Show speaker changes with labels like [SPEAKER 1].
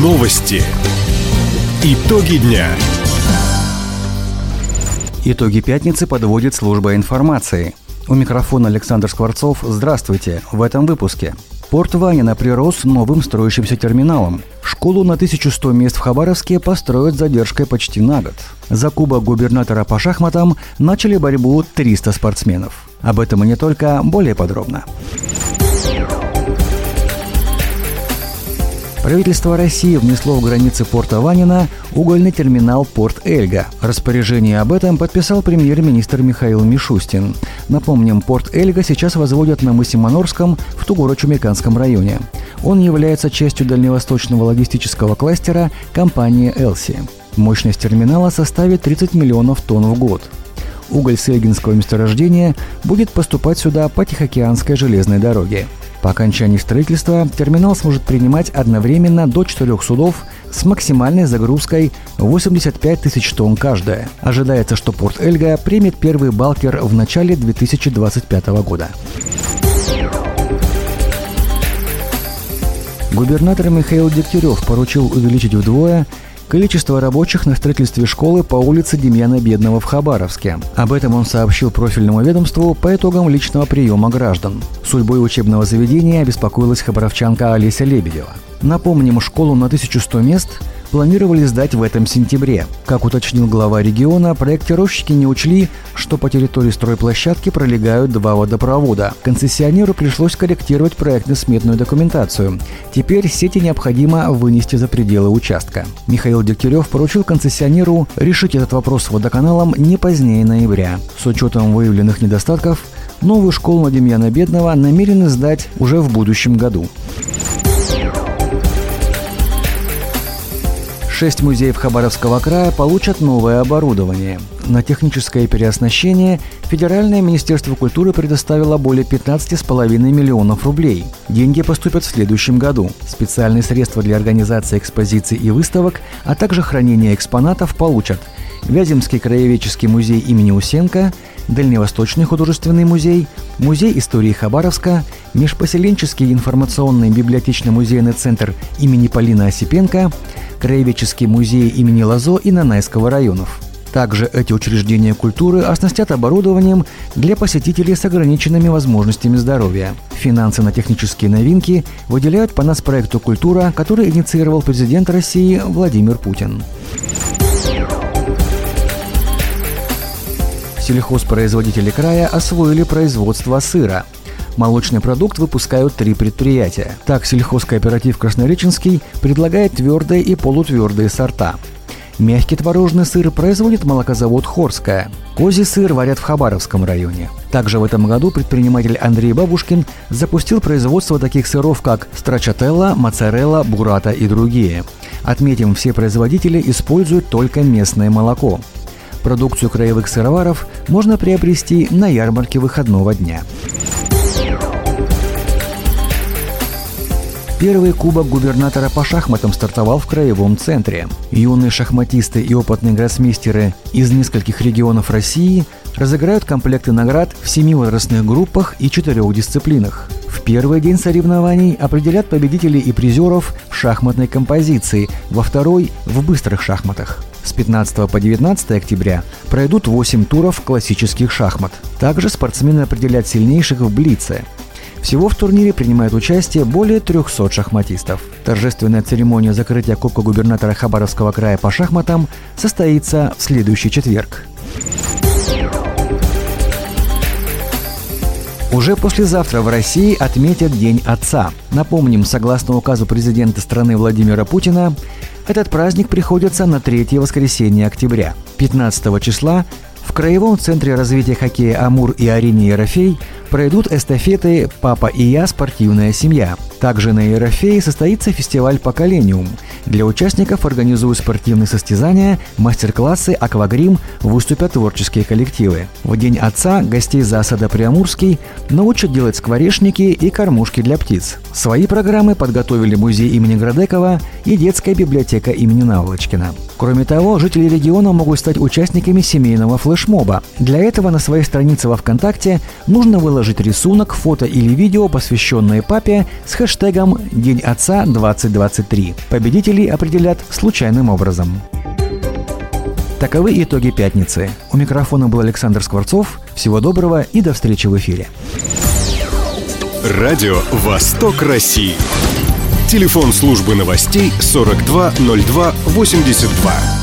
[SPEAKER 1] Новости. Итоги дня.
[SPEAKER 2] Итоги пятницы подводит служба информации. У микрофона Александр Скворцов. Здравствуйте. В этом выпуске. Порт Ванино прирос новым строящимся терминалом. Школу на 1100 мест в Хабаровске построят с задержкой почти на год. За кубок губернатора по шахматам начали борьбу 300 спортсменов. Об этом и не только, более подробно. Правительство России внесло в границы порта Ванино угольный терминал «Порт Эльга». Распоряжение об этом подписал премьер-министр Михаил Мишустин. Напомним, порт Эльга сейчас возводят на мысе Манорском в Тугуро-Чумеканском районе. Он является частью дальневосточного логистического кластера компании «Элси». Мощность терминала составит 30 миллионов тонн в год. Уголь с эльгинского месторождения будет поступать сюда по Тихоокеанской железной дороге. По окончании строительства терминал сможет принимать одновременно до 4 судов с максимальной загрузкой 85 тысяч тонн каждая. Ожидается, что порт Эльга примет первый балкер в начале 2025 года. Губернатор Михаил Дегтярев поручил увеличить вдвое количество рабочих на строительстве школы по улице Демьяна Бедного в Хабаровске. Об этом он сообщил профильному ведомству по итогам личного приема граждан. Судьбой учебного заведения обеспокоилась хабаровчанка Олеся Лебедева. Напомним, школу на 1100 мест планировали сдать в этом сентябре. Как уточнил глава региона, проектировщики не учли, что по территории стройплощадки пролегают 2 водопровода. Концессионеру пришлось корректировать проектно-сметную документацию. Теперь сети необходимо вынести за пределы участка. Михаил Дегтярев поручил концессионеру решить этот вопрос с водоканалом не позднее ноября. С учетом выявленных недостатков, новую школу на Демьяна Бедного намерены сдать уже в будущем году. 6 музеев Хабаровского края получат новое оборудование. На техническое переоснащение Федеральное министерство культуры предоставило более 15,5 миллионов рублей. Деньги поступят в следующем году. Специальные средства для организации экспозиций и выставок, а также хранения экспонатов получат Вяземский краеведческий музей имени Усенко, Дальневосточный художественный музей, Музей истории Хабаровска, Межпоселенческий информационный библиотечно-музейный центр имени Полины Осипенко, Краеведческий музей имени Лозо и Нанайского районов. Также эти учреждения культуры оснастят оборудованием для посетителей с ограниченными возможностями здоровья. Финансы на технические новинки выделяют по нацпроекту «Культура», который инициировал президент России Владимир Путин. Сельхозпроизводители края освоили производство сыра. Молочный продукт выпускают 3 предприятия. Так, сельхозкооператив Краснореченский предлагает твердые и полутвердые сорта. Мягкий творожный сыр производит молокозавод «Хорская». Козий сыр варят в Хабаровском районе. Также в этом году предприниматель Андрей Бабушкин запустил производство таких сыров, как страчателла, моцарелла, буррата и другие. Отметим, все производители используют только местное молоко. Продукцию краевых сыроваров можно приобрести на ярмарке выходного дня. Первый кубок губернатора по шахматам стартовал в краевом центре. Юные шахматисты и опытные гроссмейстеры из нескольких регионов России разыграют комплекты наград в 7 возрастных группах и 4 дисциплинах. В первый день соревнований определят победителей и призеров в шахматной композиции, во второй – в быстрых шахматах. С 15 по 19 октября пройдут 8 туров классических шахмат. Также спортсмены определят сильнейших в блице. Всего в турнире принимают участие более 300 шахматистов. Торжественная церемония закрытия Кубка губернатора Хабаровского края по шахматам состоится в следующий четверг. Уже послезавтра в России отметят День Отца. Напомним, согласно указу президента страны Владимира Путина, этот праздник приходится на 3 воскресенье октября. 15 числа в Краевом центре развития хоккея «Амур» и арене «Ерофей» пройдут эстафеты «Папа и я. Спортивная семья». Также на «Ерофее» состоится фестиваль «Поколениум». Для участников организуют спортивные состязания, мастер-классы, аквагрим, выступят творческие коллективы. В День Отца гостей засада Приамурский научат делать скворечники и кормушки для птиц. Свои программы подготовили музей имени Градекова и детская библиотека имени Наволочкина. Кроме того, жители региона могут стать участниками семейного флешмоба. Для этого на своей странице во ВКонтакте нужно выложить рисунок, фото или видео, посвященное папе, с хэштегом «День отца 2023». Победителей определят случайным образом. Таковы итоги пятницы. У микрофона был Александр Скворцов. Всего доброго и до встречи в эфире.
[SPEAKER 1] Радио «Восток России». Телефон службы новостей 420282.